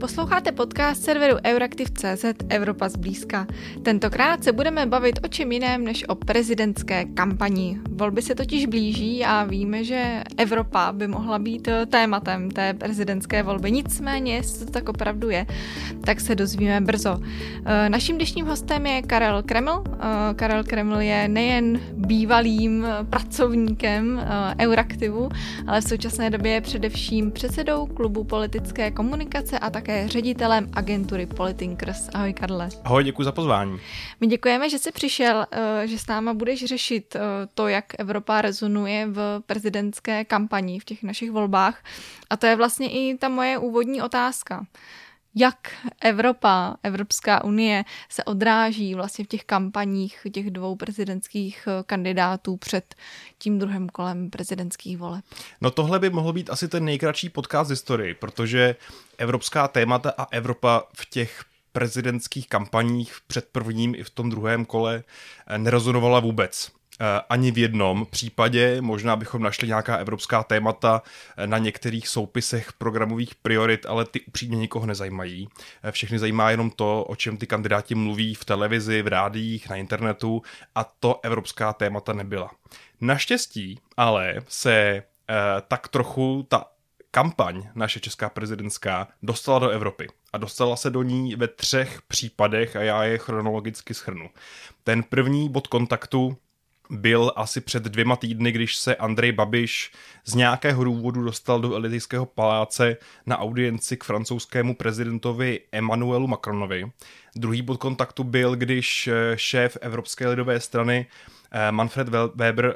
Posloucháte podcast serveru Euraktiv.cz Evropa zblízka. Tentokrát se budeme bavit o čem jiném než o prezidentské kampani. Volby se totiž blíží a víme, že Evropa by mohla být tématem té prezidentské volby. Nicméně, jestli to tak opravdu je, tak se dozvíme brzo. Naším dnešním hostem je Karel Kreml. Karel Kreml je nejen bývalým pracovníkem Euraktivu, ale v současné době je především předsedou klubu politické komunikace a také ředitelem agentury Politinkers. Ahoj Karle. Ahoj, děkuji za pozvání. My děkujeme, že jsi přišel, že s náma budeš řešit to, jak Evropa rezonuje v prezidentské kampani v těch našich volbách. A to je vlastně i ta moje úvodní otázka. Jak Evropa, Evropská unie se odráží vlastně v těch kampaních těch dvou prezidentských kandidátů před tím druhým kolem prezidentských voleb? No tohle by mohl být asi ten nejkratší podcast z historii, protože evropská témata a Evropa v těch prezidentských kampaních před prvním i v tom druhém kole nerezonovala vůbec. Ani v jednom případě, možná bychom našli nějaká evropská témata na některých soupisech programových priorit, ale ty upřímně nikoho nezajímají. Všechny zajímá jenom to, o čem ty kandidáti mluví v televizi, v rádiích, na internetu, a to evropská témata nebyla. Naštěstí ale se tak trochu ta kampaň naše česká prezidentská dostala do Evropy. A dostala se do ní ve 3 případech a já je chronologicky shrnu. Ten první bod kontaktu byl asi před 2 týdny, když se Andrej Babiš z nějakého důvodu dostal do Elysejského paláce na audienci k francouzskému prezidentovi Emmanuelu Macronovi. Druhý bod kontaktu byl, když šéf Evropské lidové strany Manfred Weber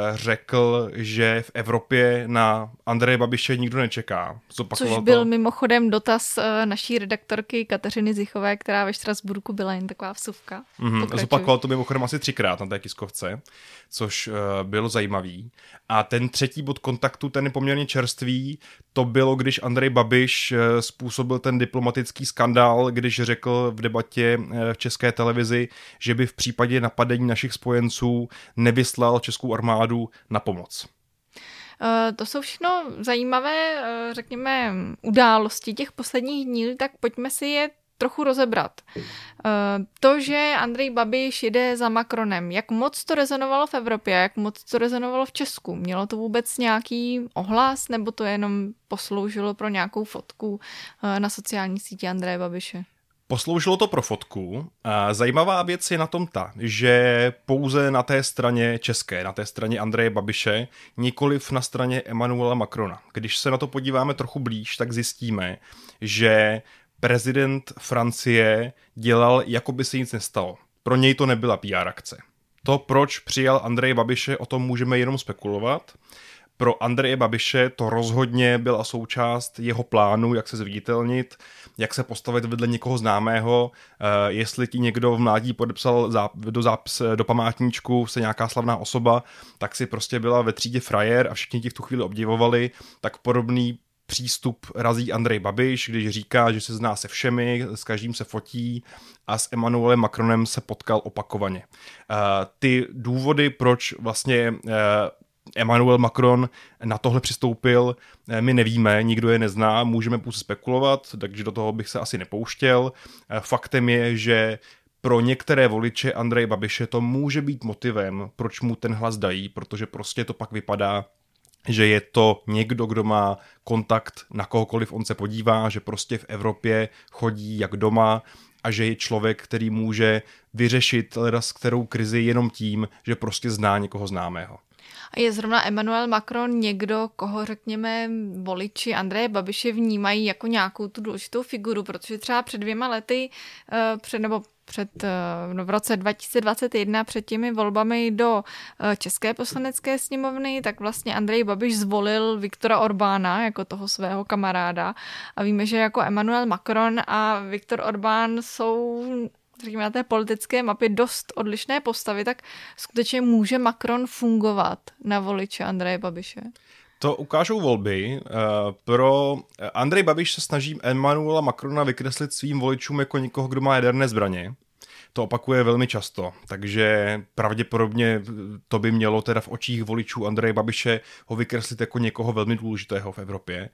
řekl, že v Evropě na Andreje Babiše nikdo nečeká. Což byl mimochodem dotaz naší redaktorky Kateřiny Zichové, která ve Štrasburku byla jen taková vsuvka. Zopakoval to mimochodem asi 3krát na té tiskovce, což bylo zajímavý. A ten třetí bod kontaktu, ten je poměrně čerstvý. To bylo, když Andrej Babiš způsobil ten diplomatický skandál, když řekl v debatě v české televizi, že by v případě napadení našich spojenců nevyslal českou armádu na pomoc. To jsou všechno zajímavé, řekněme, události těch posledních dní, tak pojďme si je trochu rozebrat. To, že Andrej Babiš jde za Macronem, jak moc to rezonovalo v Evropě, jak moc to rezonovalo v Česku? Mělo to vůbec nějaký ohlas, nebo to jenom posloužilo pro nějakou fotku na sociální síti Andreje Babiše? Posloužilo to pro fotku. Zajímavá věc je na tom ta, že pouze na té straně české, na té straně Andreje Babiše, nikoliv na straně Emmanuela Macrona. Když se na to podíváme trochu blíž, tak zjistíme, že prezident Francie dělal, jako by se nic nestalo. Pro něj to nebyla PR akce. To, proč přijal Andreje Babiše, o tom můžeme jenom spekulovat. Pro Andreje Babiše to rozhodně byla součást jeho plánu, jak se zviditelnit, jak se postavit vedle někoho známého, jestli ti někdo v mládí podepsal do památníčku se nějaká slavná osoba, tak si prostě byla ve třídě frajer a všichni ti v tu chvíli obdivovali, tak podobný přístup razí Andrej Babiš, když říká, že se zná se všemi, s každým se fotí a s Emmanuelem Macronem se potkal opakovaně. Ty důvody, proč vlastně Emmanuel Macron na tohle přistoupil, my nevíme, nikdo je nezná, můžeme pouze spekulovat, takže do toho bych se asi nepouštěl. Faktem je, že pro některé voliče Andreje Babiše to může být motivem, proč mu ten hlas dají, protože prostě to pak vypadá, že je to někdo, kdo má kontakt na kohokoliv on se podívá, že prostě v Evropě chodí jak doma a že je člověk, který může vyřešit s kterou krizi jenom tím, že prostě zná někoho známého. A je zrovna Emmanuel Macron někdo, koho, řekněme, voliči Andreje Babiše vnímají jako nějakou tu důležitou figuru, protože třeba před 2 lety, v roce 2021 před těmi volbami do České poslanecké sněmovny, tak vlastně Andrej Babiš zvolil Viktora Orbána jako toho svého kamaráda. A víme, že jako Emmanuel Macron a Viktor Orbán jsou, řekněme, na té politické mapě dost odlišné postavy, tak skutečně může Macron fungovat na voliče Andreje Babiše? To ukážou volby. Pro Andrej Babiš se snaží Emmanuela Macrona vykreslit svým voličům jako někoho, kdo má jaderné zbraně. to opakuje velmi často, takže pravděpodobně to by mělo teda v očích voličů Andreje Babiše ho vykreslit jako někoho velmi důležitého v Evropě.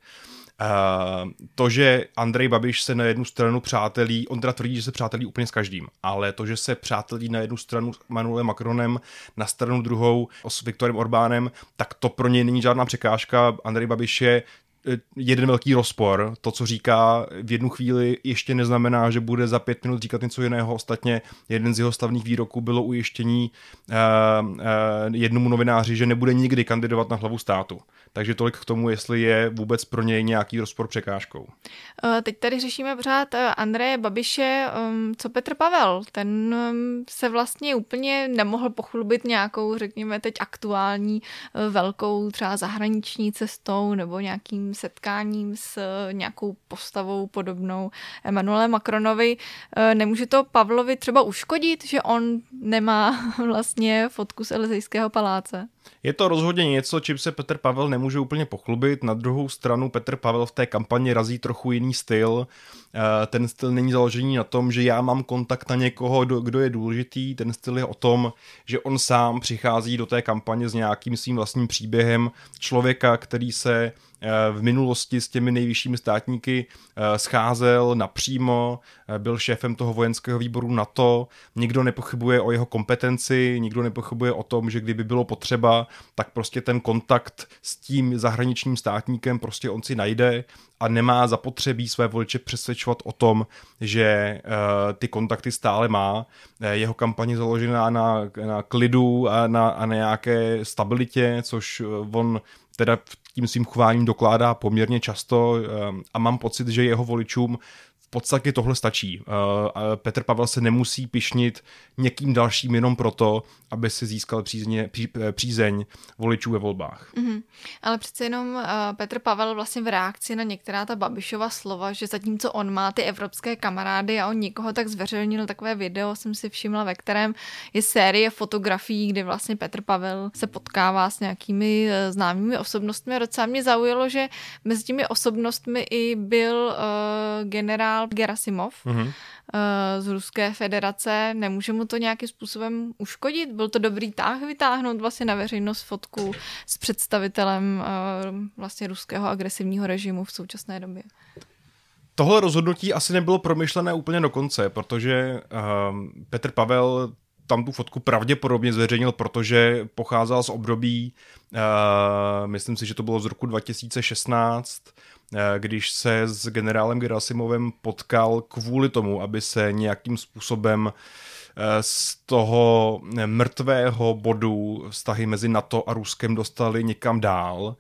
To, že Andrej Babiš se na jednu stranu přátelí, on teda tvrdí, že se přátelí úplně s každým, ale to, že se přátelí na jednu stranu s Emmanuelem Macronem, na stranu druhou s Viktorem Orbánem, tak to pro něj není žádná překážka. Andrej Babiš je jeden velký rozpor. To, co říká v jednu chvíli, ještě neznamená, že bude za 5 minut říkat něco jiného. Ostatně jeden z jeho slavných výroků bylo ujištění jednomu novináři, že nebude nikdy kandidovat na hlavu státu. Takže tolik k tomu, jestli je vůbec pro něj nějaký rozpor překážkou. Teď tady řešíme pořád Andreje Babiše, co Petr Pavel. Ten se vlastně úplně nemohl pochlubit nějakou, řekněme teď aktuální velkou třeba zahraniční cestou nebo nějakým setkáním s nějakou postavou podobnou Emmanuele Macronovi. Nemůže to Pavlovi třeba uškodit, že on nemá vlastně fotku z Elysejského paláce? Je to rozhodně něco, čím se Petr Pavel nemůže úplně pochlubit. Na druhou stranu Petr Pavel v té kampani razí trochu jiný styl. Ten styl není založený na tom, že já mám kontakt na někoho, kdo je důležitý. Ten styl je o tom, že on sám přichází do té kampaně s nějakým svým vlastním příběhem člověka, který se v minulosti s těmi nejvyššími státníky scházel napřímo, byl šéfem toho vojenského výboru NATO, nikdo nepochybuje o jeho kompetenci, nikdo nepochybuje o tom, že kdyby bylo potřeba, tak prostě ten kontakt s tím zahraničním státníkem prostě on si najde a nemá zapotřebí své voliče přesvědčovat o tom, že ty kontakty stále má. Jeho kampaně založená na klidu a na nějaké stabilitě, což on teda tím svým chováním dokládá poměrně často a mám pocit, že jeho voličům v podstatě tohle stačí. Petr Pavel se nemusí pyšnit někým dalším jenom proto, aby si získal přízeň voličů ve volbách. Ale přece jenom Petr Pavel vlastně v reakci na některá ta Babišova slova, že zatímco on má ty evropské kamarády a on někoho tak zveřejnil takové video, jsem si všimla, ve kterém je série fotografií, kdy vlastně Petr Pavel se potkává s nějakými známými osobnostmi a docela mě zaujalo, že mezi těmi osobnostmi i byl generál Gerasimov z Ruské federace. Nemůže mu to nějakým způsobem uškodit? Byl to dobrý tah vytáhnout vlastně na veřejnost fotku s představitelem vlastně ruského agresivního režimu v současné době? Tohle rozhodnutí asi nebylo promyšlené úplně do konce, protože Petr Pavel tam tu fotku pravděpodobně zveřejnil, protože pocházel z období, myslím si, že to bylo z roku 2016, když se s generálem Gerasimovem potkal kvůli tomu, aby se nějakým způsobem z toho mrtvého bodu vztahy mezi NATO a Ruskem dostali někam dál.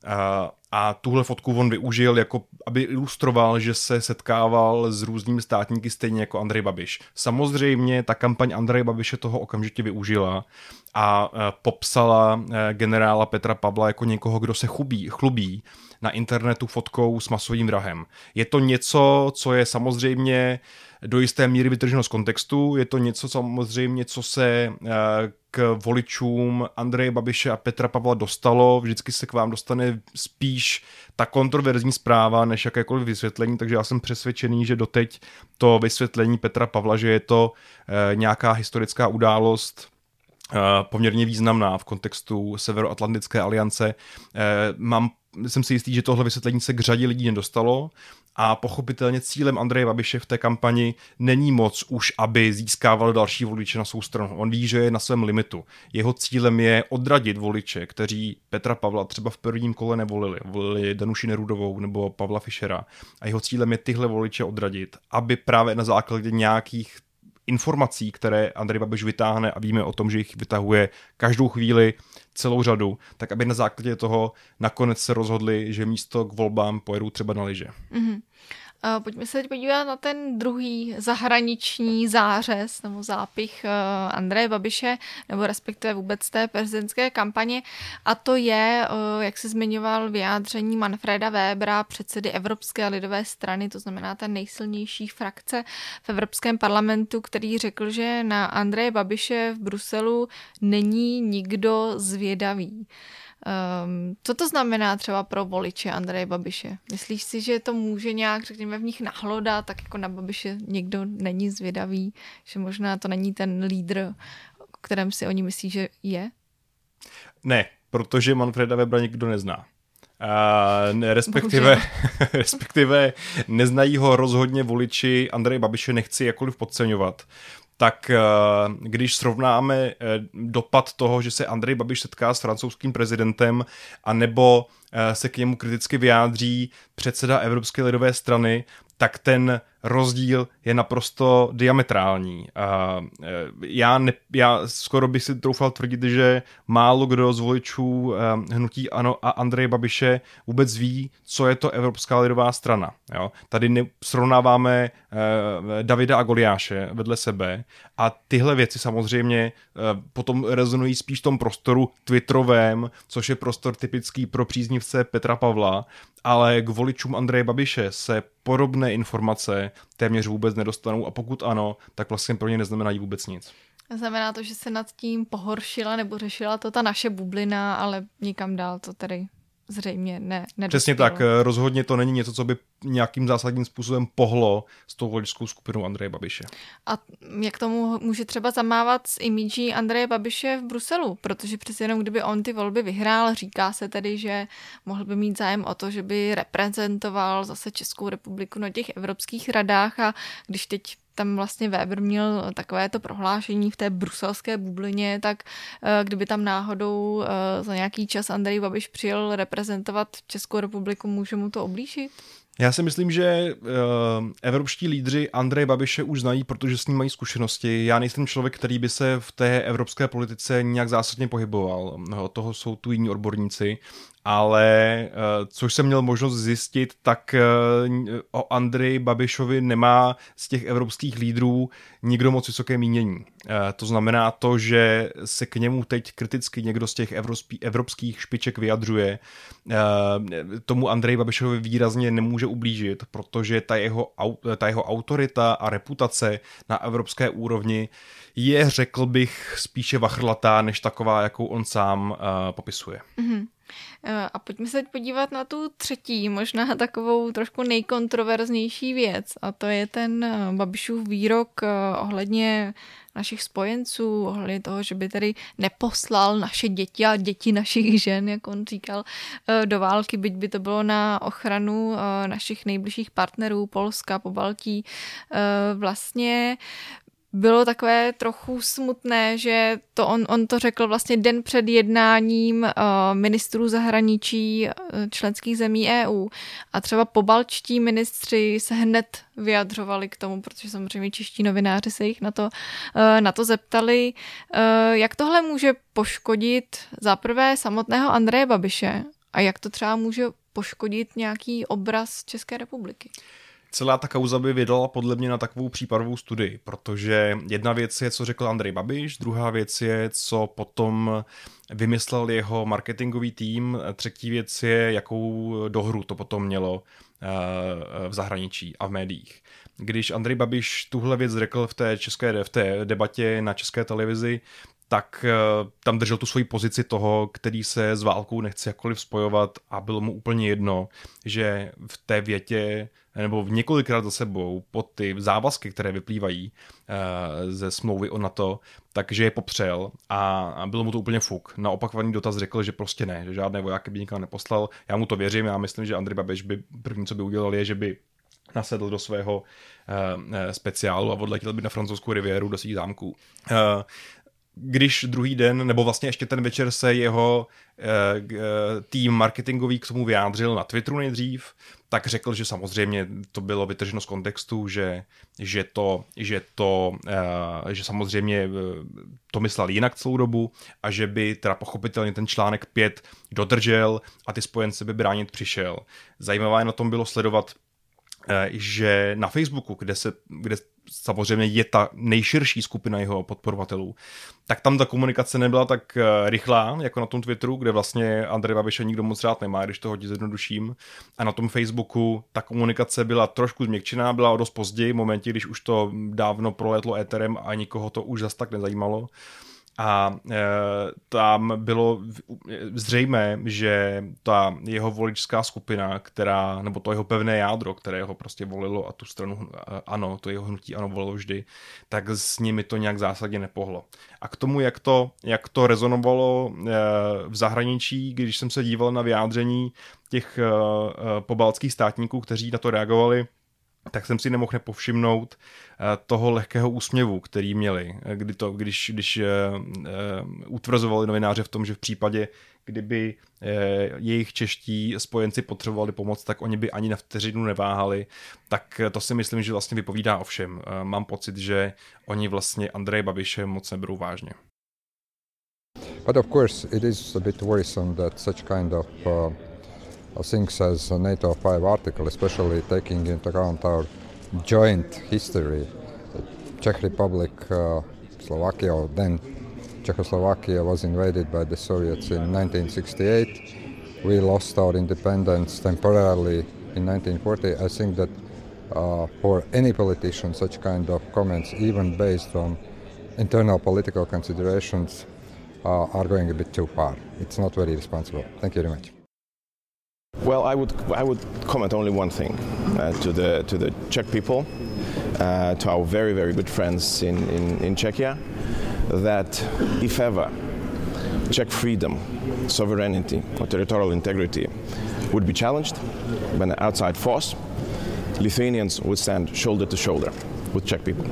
A tuhle fotku on využil, jako aby ilustroval, že se setkával s různými státníky stejně jako Andrej Babiš. Samozřejmě ta kampaň Andreje Babiše toho okamžitě využila a popsala generála Petra Pavla jako někoho, kdo se chlubí na internetu fotkou s masovým vrahem. Je to něco, co je samozřejmě do jisté míry vytrženo z kontextu, je to něco samozřejmě, co se k voličům Andreje Babiše a Petra Pavla dostalo, vždycky se k vám dostane spíš ta kontroverzní zpráva, než jakékoliv vysvětlení, takže já jsem přesvědčený, že doteď to vysvětlení Petra Pavla, že je to nějaká historická událost, poměrně významná v kontextu Severoatlantické aliance. Jsem si jistý, že tohle vysvětlení se k řadě lidí nedostalo a pochopitelně cílem Andreje Babiše v té kampani není moc už, aby získával další voliče na svou stranu. On ví, že je na svém limitu. Jeho cílem je odradit voliče, kteří Petra Pavla třeba v prvním kole nevolili. Volili Danuši Nerudovou nebo Pavla Fischera. A jeho cílem je tyhle voliče odradit, aby právě na základě nějakých informací, které Andrej Babiš vytáhne a víme o tom, že jich vytahuje každou chvíli celou řadu, tak aby na základě toho nakonec se rozhodli, že místo k volbám pojedou třeba na lyže. Pojďme se teď podívat na ten druhý zahraniční zářez nebo zápich Andreje Babiše, nebo respektive vůbec té prezidentské kampaně. A to je, jak se zmiňoval, vyjádření Manfreda Webera, předsedy Evropské lidové strany, to znamená té nejsilnější frakce v Evropském parlamentu, který řekl, že na Andreje Babiše v Bruselu není nikdo zvědavý. Co to znamená třeba pro voliče Andreje Babiše? Myslíš si, že to může nějak, řekněme, v nich nahlodat, tak jako na Babiše někdo není zvědavý, že možná to není ten lídr, o kterém si oni myslí, že je? Ne, protože Manfreda Webera nikdo nezná. Respektive neznají ho rozhodně voliči Andreje Babiše, nechci jakkoliv podceňovat. Tak když srovnáme dopad toho, že se Andrej Babiš setká s francouzským prezidentem, anebo se k němu kriticky vyjádří předseda Evropské lidové strany, tak ten rozdíl je naprosto diametrální. Já skoro bych si troufal tvrdit, že málo kdo z voličů hnutí ANO a Andreje Babiše vůbec ví, co je to Evropská lidová strana. Jo? Tady srovnáváme Davida a Goliáše vedle sebe a tyhle věci samozřejmě potom rezonují spíš v tom prostoru twitterovém, což je prostor typický pro příznivce Petra Pavla, ale k voličům Andreje Babiše se podobné informace téměř vůbec nedostanou a pokud ano, tak vlastně pro ně neznamenají vůbec nic. Znamená to, že se nad tím pohoršila nebo řešila to ta naše bublina, ale nikam dál to tady zřejmě nedospělo. Přesně tak, rozhodně to není něco, co by nějakým zásadním způsobem pohlo s tou voličskou skupinou Andreje Babiše. A jak tomu může třeba zamávat s imidží Andreje Babiše v Bruselu? Protože přeci jenom kdyby on ty volby vyhrál, říká se tedy, že mohl by mít zájem o to, že by reprezentoval zase Českou republiku na těch evropských radách a když teď tam vlastně Weber měl takovéto prohlášení v té bruselské bublině, tak kdyby tam náhodou za nějaký čas Andrej Babiš přijel reprezentovat Českou republiku, může mu to oblížit? Já si myslím, že evropští lídři Andreje Babiše už znají, protože s ním mají zkušenosti. Já nejsem člověk, který by se v té evropské politice nějak zásadně pohyboval. Toho jsou tu jiní odborníci. Ale což jsem měl možnost zjistit, tak o Andreji Babišovi nemá z těch evropských lídrů nikdo moc vysoké mínění. To znamená to, že se k němu teď kriticky někdo z těch evropských špiček vyjadřuje, tomu Andreji Babišovi výrazně nemůže ublížit, protože ta jeho autorita a reputace na evropské úrovni je, řekl bych, spíše vachrlatá, než taková, jakou on sám popisuje. Mm-hmm. A pojďme se teď podívat na tu třetí, možná takovou trošku nejkontroverznější věc a to je ten Babišův výrok ohledně našich spojenců, ohledně toho, že by tedy neposlal naše děti a děti našich žen, jak on říkal, do války, byť by to bylo na ochranu našich nejbližších partnerů, Polska, Pobaltí. Vlastně bylo takové trochu smutné, že to on to řekl vlastně den před jednáním ministrů zahraničí členských zemí EU. A třeba pobaltští ministři se hned vyjadřovali k tomu, protože samozřejmě čeští novináři se jich na to zeptali. Jak tohle může poškodit zaprvé samotného Andreje Babiše a jak to třeba může poškodit nějaký obraz České republiky? Celá ta kauza by vydala podle mě na takovou případovou studii, protože jedna věc je, co řekl Andrej Babiš, druhá věc je, co potom vymyslel jeho marketingový tým, třetí věc je, jakou dohru to potom mělo v zahraničí a v médiích. Když Andrej Babiš tuhle věc řekl v té debatě na České televizi, tak tam držel tu svoji pozici toho, který se s válkou nechce jakkoliv spojovat a bylo mu úplně jedno, že v té větě nebo několikrát za sebou pod ty závazky, které vyplývají ze smlouvy o NATO, takže je popřel a bylo mu to úplně fuk. Na opakovaný dotaz řekl, že prostě ne, že žádné vojáky by nikam neposlal. Já mu to věřím, já myslím, že Andrej Babiš by první, co by udělal, je, že by nasedl do svého speciálu a odletěl by na francouzskou riviéru do svých zámků. Když druhý den, nebo vlastně ještě ten večer se jeho tým marketingový k tomu vyjádřil na Twitteru nejdřív, tak řekl, že samozřejmě to bylo vytrženo z kontextu, že samozřejmě to myslel jinak celou dobu a že by teda pochopitelně ten článek 5 dodržel a ty spojence by bránit přišel. Zajímavé na tom bylo sledovat, že na Facebooku, kde samozřejmě je ta nejširší skupina jeho podporovatelů, tak tam ta komunikace nebyla tak rychlá, jako na tom Twitteru, kde vlastně Andrej Babiše nikdo moc rád nemá, když to hodně zjednoduším. A na tom Facebooku ta komunikace byla trošku změkčená, byla dost později, v momentě, když už to dávno prolétlo éterem a nikoho to už zas tak nezajímalo. A tam bylo zřejmé, že ta jeho voličská skupina, nebo to jeho pevné jádro, které ho prostě volilo a tu stranu ANO, to jeho hnutí ANO volilo vždy, tak s nimi to nějak zásadně nepohlo. A k tomu, jak to rezonovalo v zahraničí, když jsem se díval na vyjádření těch pobaltských státníků, kteří na to reagovali, tak jsem si nemohl nepovšimnout toho lehkého úsměvu, který měli, když utvrzovali novináře v tom, že v případě, kdyby jejich čeští spojenci potřebovali pomoc, tak oni by ani na vteřinu neváhali, tak to si myslím, že vlastně vypovídá o všem. Mám pocit, že oni vlastně Andreje Babiše moc neberou vážně. But of course it is a bit worrisome that such kind of things as a NATO 5 article, especially taking into account our joint history, Czech Republic, Slovakia, or then Czechoslovakia was invaded by the Soviets in 1968. We lost our independence temporarily in 1940. I think that for any politician, such kind of comments, even based on internal political considerations, are going a bit too far. It's not very responsible. Thank you very much. Well, I would comment only one thing to the Czech people, to our very, very good friends in Czechia, that if ever Czech freedom, sovereignty or territorial integrity would be challenged by an outside force, Lithuanians would stand shoulder to shoulder with Czech people.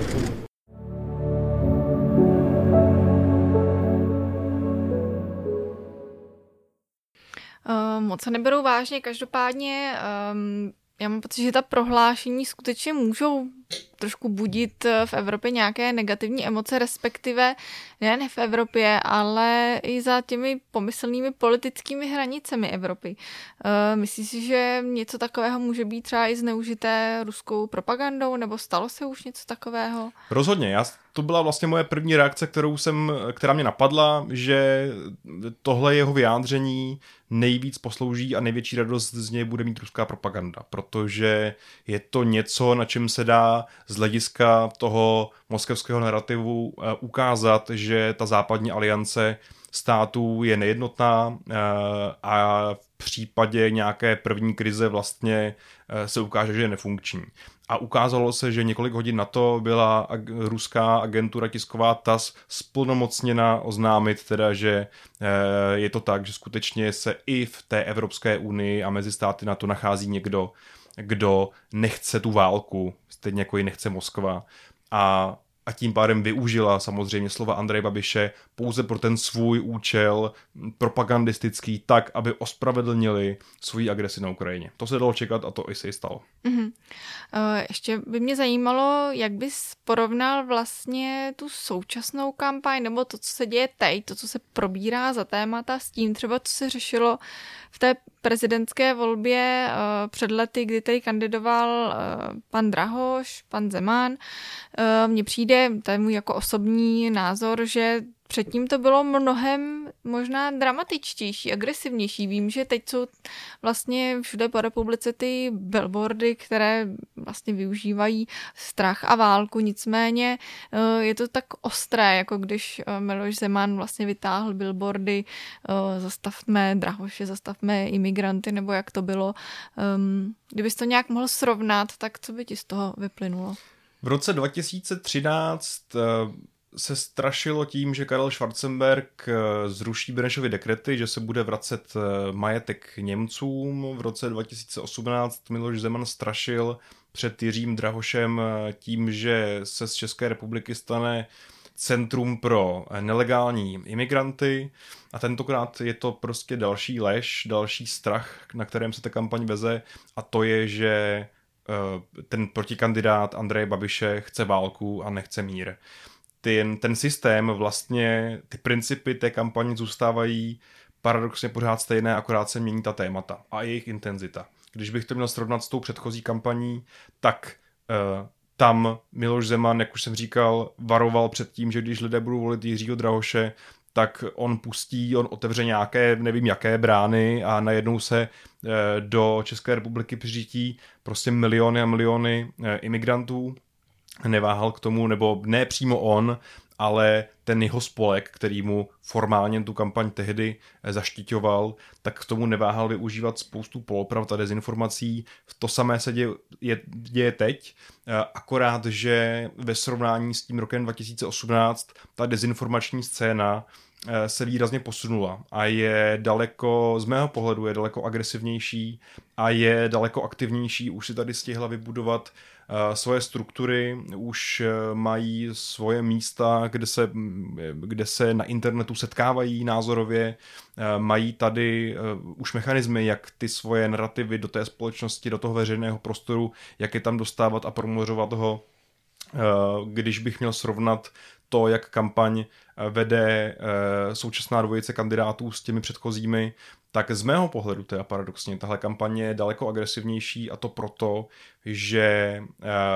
Moc se neberou vážně, každopádně já mám pocit, že ta prohlášení skutečně můžou trošku budit v Evropě nějaké negativní emoce, respektive nejen v Evropě, ale i za těmi pomyslnými politickými hranicemi Evropy. Myslíš si, že něco takového může být třeba i zneužité ruskou propagandou, nebo stalo se už něco takového? Rozhodně, to byla vlastně moje první reakce, která mě napadla, že tohle jeho vyjádření nejvíc poslouží a největší radost z něj bude mít ruská propaganda, protože je to něco, na čem se dá z hlediska toho moskevského narrativu ukázat, že ta západní aliance států je nejednotná a v případě nějaké první krize vlastně se ukáže, že je nefunkční. A ukázalo se, že několik hodin na to byla ruská agentura tisková TASS splnomocněna oznámit teda, že je to tak, že skutečně se i v té Evropské unii a mezi státy NATO nachází někdo, kdo nechce tu válku, stejně jako ji nechce Moskva. A tím pádem využila samozřejmě slova Andreje Babiše pouze pro ten svůj účel propagandistický tak, aby ospravedlnili svoji agresi na Ukrajině. To se dalo čekat a to i se stalo. Mm-hmm. Ještě by mě zajímalo, jak bys porovnal vlastně tu současnou kampaň nebo to, co se děje teď, to, co se probírá za témata s tím třeba, co se řešilo v té prezidentské volbě před lety, kdy tady kandidoval pan Drahoš, pan Zeman. Mně přijde, to je můj jako osobní názor, že předtím to bylo mnohem možná dramatičtější, agresivnější. Vím, že teď jsou vlastně všude po republice ty billboardy, které vlastně využívají strach a válku, nicméně je to tak ostré, jako když Miloš Zeman vlastně vytáhl billboardy zastavme Drahoše, zastavme imigranty, nebo jak to bylo. Kdybys to nějak mohl srovnat, tak co by ti z toho vyplynulo? V roce 2013 se strašilo tím, že Karel Schwarzenberg zruší Benešovy dekrety, že se bude vracet majetek Němcům. V roce 2018 Miloš Zeman strašil před Jiřím Drahošem tím, že se z České republiky stane centrum pro nelegální imigranty a tentokrát je to prostě další lež, další strach, na kterém se ta kampaň veze a to je, že ten protikandidát Andreje Babiše chce válku a nechce mír. Ten systém vlastně, ty principy té kampaně zůstávají paradoxně pořád stejné, akorát se mění ta témata a jejich intenzita. Když bych to měl srovnat s tou předchozí kampaní, tak tam Miloš Zeman, jak už jsem říkal, varoval před tím, že když lidé budou volit Jiřího Drahoše, tak on otevře nějaké, nevím jaké brány a najednou se do České republiky přiřítí prostě miliony a miliony imigrantů. neváhal k tomu, nebo ne přímo on, ale ten jeho spolek, který mu formálně tu kampaň tehdy zaštiťoval, tak k tomu neváhal využívat spoustu polopravd a dezinformací. To samé se děje teď, akorát, že ve srovnání s tím rokem 2018 ta dezinformační scéna se výrazně posunula a je daleko, z mého pohledu je daleko agresivnější a je daleko aktivnější, už si tady stihla vybudovat svoje struktury, už mají svoje místa, kde se na internetu setkávají názorově, mají tady už mechanismy, jak ty svoje narrativy do té společnosti, do toho veřejného prostoru, jak je tam dostávat a promořovat ho. Když bych měl srovnat to, jak kampaň vede současná dvojice kandidátů s těmi předchozími, tak z mého pohledu teda paradoxně tahle kampaně je daleko agresivnější a to proto, že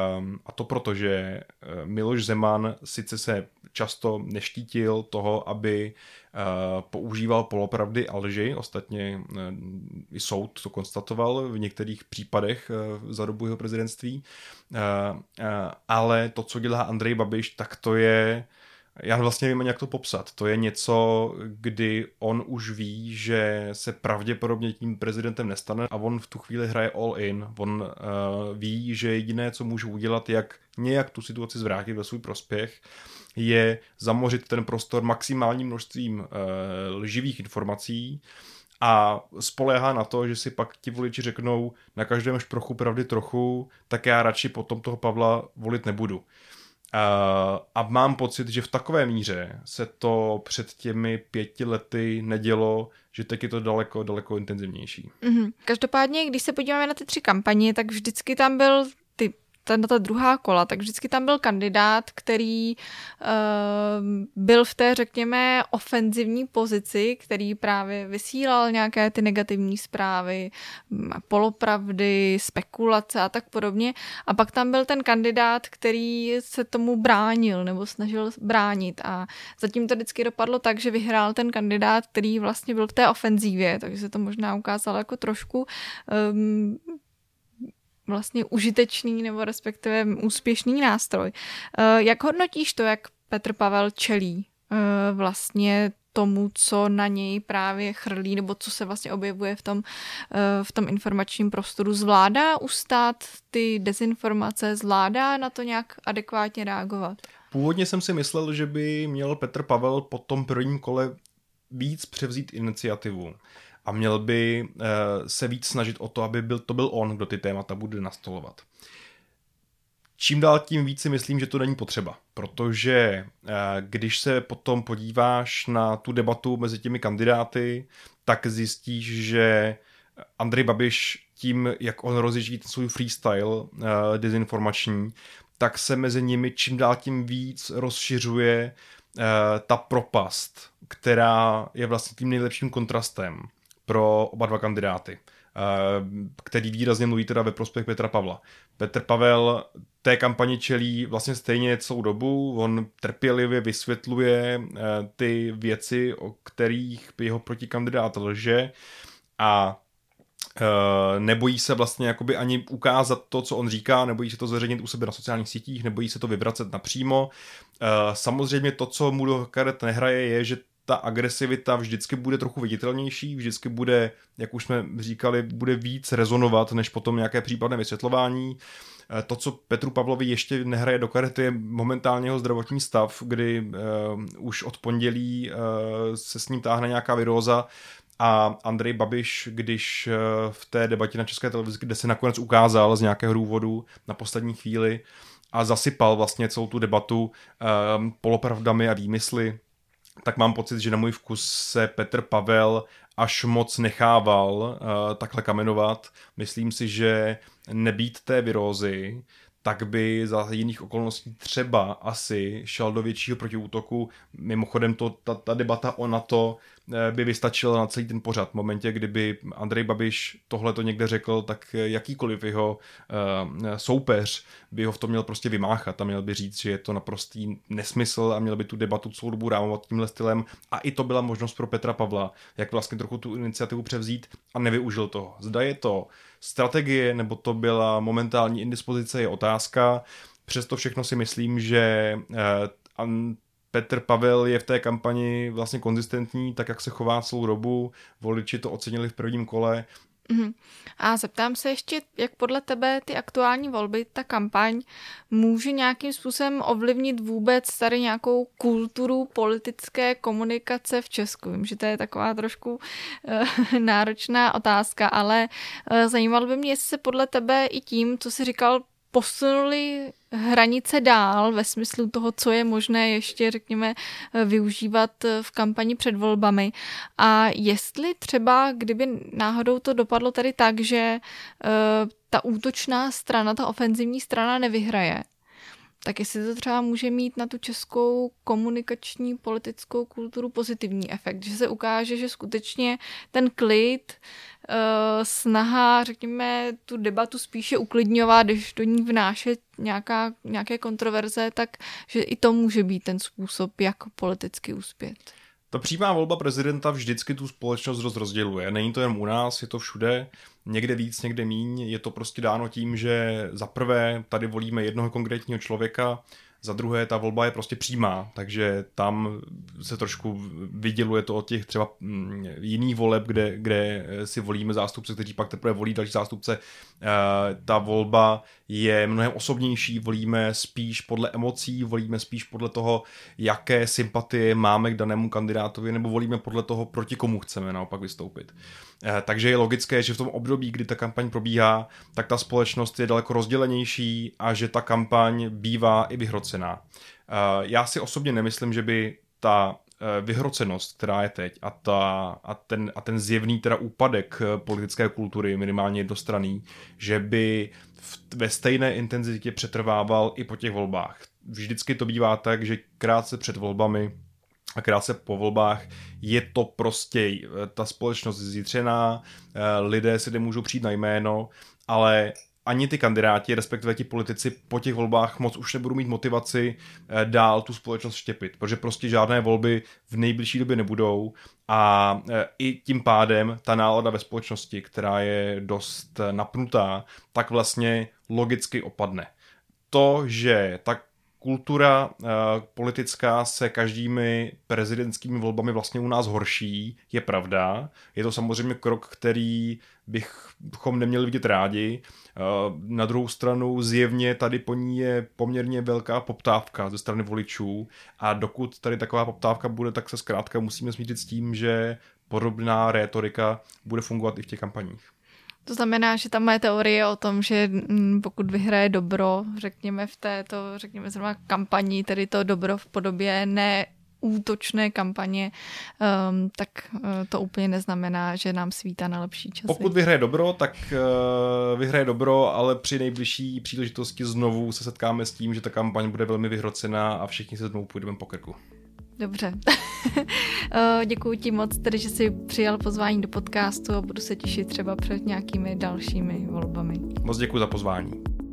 Miloš Zeman sice se často neštítil toho, aby používal polopravdy a lži, ostatně i soud to konstatoval v některých případech za dobu jeho prezidentství, ale to, co dělá Andrej Babiš, tak to je, já vlastně nevím, jak to popsat. To je něco, kdy on už ví, že se pravděpodobně tím prezidentem nestane a on v tu chvíli hraje all in. On ví, že jediné, co může udělat, jak nějak tu situaci zvrátit ve svůj prospěch, je zamořit ten prostor maximálním množstvím lživých informací a spoléhá na to, že si pak ti voliči řeknou na každém šprochu pravdy trochu, tak já radši potom toho Pavla volit nebudu. A mám pocit, že v takové míře se to před těmi 5 lety nedělo, že teď je to daleko intenzivnější. Každopádně, když se podíváme na ty 3 kampaně, tak vždycky tam byl ta druhá kola, tak vždycky tam byl kandidát, který byl v té, řekněme, ofenzivní pozici, který právě vysílal nějaké ty negativní zprávy, polopravdy, spekulace a tak podobně. A pak tam byl ten kandidát, který se tomu bránil nebo snažil bránit. A zatím to vždycky dopadlo tak, že vyhrál ten kandidát, který vlastně byl v té ofenzívě, takže se to možná ukázalo jako trošku vlastně užitečný nebo respektive úspěšný nástroj. Jak hodnotíš to, jak Petr Pavel čelí vlastně tomu, co na něj právě chrlí, nebo co se vlastně objevuje v tom informačním prostoru? Zvládá ustát ty dezinformace? Zvládá na to nějak adekvátně reagovat? Původně jsem si myslel, že by měl Petr Pavel po tom prvním kole víc převzít iniciativu. A měl by se víc snažit o to, aby to byl on, kdo ty témata bude nastolovat. Čím dál tím víc si myslím, že to není potřeba, protože když se potom podíváš na tu debatu mezi těmi kandidáty, tak zjistíš, že Andrej Babiš tím, jak on rozjíždí ten svůj freestyle dezinformační, tak se mezi nimi čím dál tím víc rozšiřuje ta propast, která je vlastně tím nejlepším kontrastem pro oba dva kandidáty, který výrazně mluví teda ve prospěch Petra Pavla. Petr Pavel té kampani čelí vlastně stejně celou dobu, on trpělivě vysvětluje ty věci, o kterých jeho protikandidát lže a nebojí se vlastně jakoby ani ukázat to, co on říká, nebojí se to zveřejnit u sebe na sociálních sítích, nebojí se to vyvracet napřímo. Samozřejmě to, co mu do karet nehraje, je, že ta agresivita vždycky bude trochu viditelnější, vždycky bude, jak už jsme říkali, bude víc rezonovat, než potom nějaké případné vysvětlování. To, co Petru Pavlovi ještě nehraje do karet, je momentálně jeho zdravotní stav, kdy už od pondělí se s ním táhne nějaká viróza a Andrej Babiš, když v té debatě na České televizi, kde se nakonec ukázal z nějakého důvodu na poslední chvíli a zasypal vlastně celou tu debatu polopravdami a výmysly, tak mám pocit, že na můj vkus se Petr Pavel až moc nechával takhle kamenovat. Myslím si, že nebýt té virózy, tak by za jiných okolností třeba asi šel do většího protiútoku. Mimochodem ta debata o NATO by vystačila na celý ten pořad. V momentě, kdyby Andrej Babiš tohleto někde řekl, tak jakýkoliv jeho soupeř by ho v tom měl prostě vymáchat a měl by říct, že je to naprostý nesmysl a měl by tu debatu celou dobu rámovat tímhle stylem. A i to byla možnost pro Petra Pavla, jak vlastně trochu tu iniciativu převzít a nevyužil toho. Zda je to strategie, nebo to byla momentální indispozice, je otázka. Přesto všechno si myslím, že Petr Pavel je v té kampani vlastně konzistentní, tak jak se chová celou dobu, voliči to ocenili v prvním kole. A zeptám se ještě, jak podle tebe ty aktuální volby, ta kampaň může nějakým způsobem ovlivnit vůbec tady nějakou kulturu politické komunikace v Česku? Vím, že to je taková trošku náročná otázka, ale zajímalo by mě, jestli se podle tebe i tím, co jsi říkal, posunuli hranice dál ve smyslu toho, co je možné ještě, řekněme, využívat v kampani před volbami. A jestli třeba, kdyby náhodou to dopadlo tady tak, že ta útočná strana, ta ofenzivní strana nevyhraje, tak jestli to třeba může mít na tu českou komunikační politickou kulturu pozitivní efekt, že se ukáže, že skutečně ten klid, snaha, řekněme, tu debatu spíše uklidňovat, když do ní vnášet nějaké kontroverze, tak že i to může být ten způsob, jak politicky uspět. Ta přímá volba prezidenta vždycky tu společnost rozděluje. Není to jen u nás, je to všude, někde víc, někde míň. Je to prostě dáno tím, že za prvé tady volíme jednoho konkrétního člověka, za druhé ta volba je prostě přímá, takže tam se trošku vyděluje to od těch třeba jiných voleb, kde si volíme zástupce, kteří pak teprve volí další zástupce. Ta volba je mnohem osobnější, volíme spíš podle emocí, volíme spíš podle toho, jaké sympatie máme k danému kandidátovi, nebo volíme podle toho, proti komu chceme naopak vystoupit. Takže je logické, že v tom období, kdy ta kampaň probíhá, tak ta společnost je daleko rozdělenější a že ta kampaň bývá i vyhrocená. Já si osobně nemyslím, že by ta vyhrocenost, která je teď a ten zjevný teda úpadek politické kultury, minimálně jednostranný, že by ve stejné intenzitě přetrvával i po těch volbách. Vždycky to bývá tak, že krátce před volbami a krátce po volbách je to prostě ta společnost zjitřená, lidé si nemůžou přijít na jméno, ale ani ty kandidáti, respektive ti politici po těch volbách moc už nebudou mít motivaci dál tu společnost štěpit, protože prostě žádné volby v nejbližší době nebudou a i tím pádem ta nálada ve společnosti, která je dost napnutá, tak vlastně logicky opadne. To, že ta kultura politická se každými prezidentskými volbami vlastně u nás horší, je pravda. Je to samozřejmě krok, který bychom neměli vidět rádi. Na druhou stranu zjevně tady po ní je poměrně velká poptávka ze strany voličů a dokud tady taková poptávka bude, tak se zkrátka musíme smířit s tím, že podobná rétorika bude fungovat i v těch kampaních. To znamená, že ta moje teorie o tom, že pokud vyhraje dobro, řekněme v této, řekněme zrovna kampani, tedy to dobro v podobě neútočné kampaně, tak to úplně neznamená, že nám svítá na lepší časy. Pokud vyhraje dobro, tak vyhraje dobro, ale při nejbližší příležitosti znovu se setkáme s tím, že ta kampaň bude velmi vyhrocená a všichni se znovu půjdeme po krku. Dobře. Děkuji ti moc, tedy, že jsi přijal pozvání do podcastu a budu se těšit třeba před nějakými dalšími volbami. Moc děkuji za pozvání.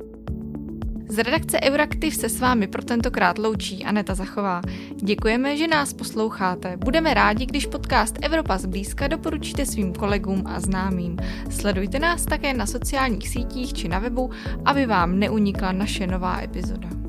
Z redakce Euraktiv se s vámi pro tentokrát loučí Aneta Zachová. Děkujeme, že nás posloucháte. Budeme rádi, když podcast Evropa zblízka doporučíte svým kolegům a známým. Sledujte nás také na sociálních sítích či na webu, aby vám neunikla naše nová epizoda.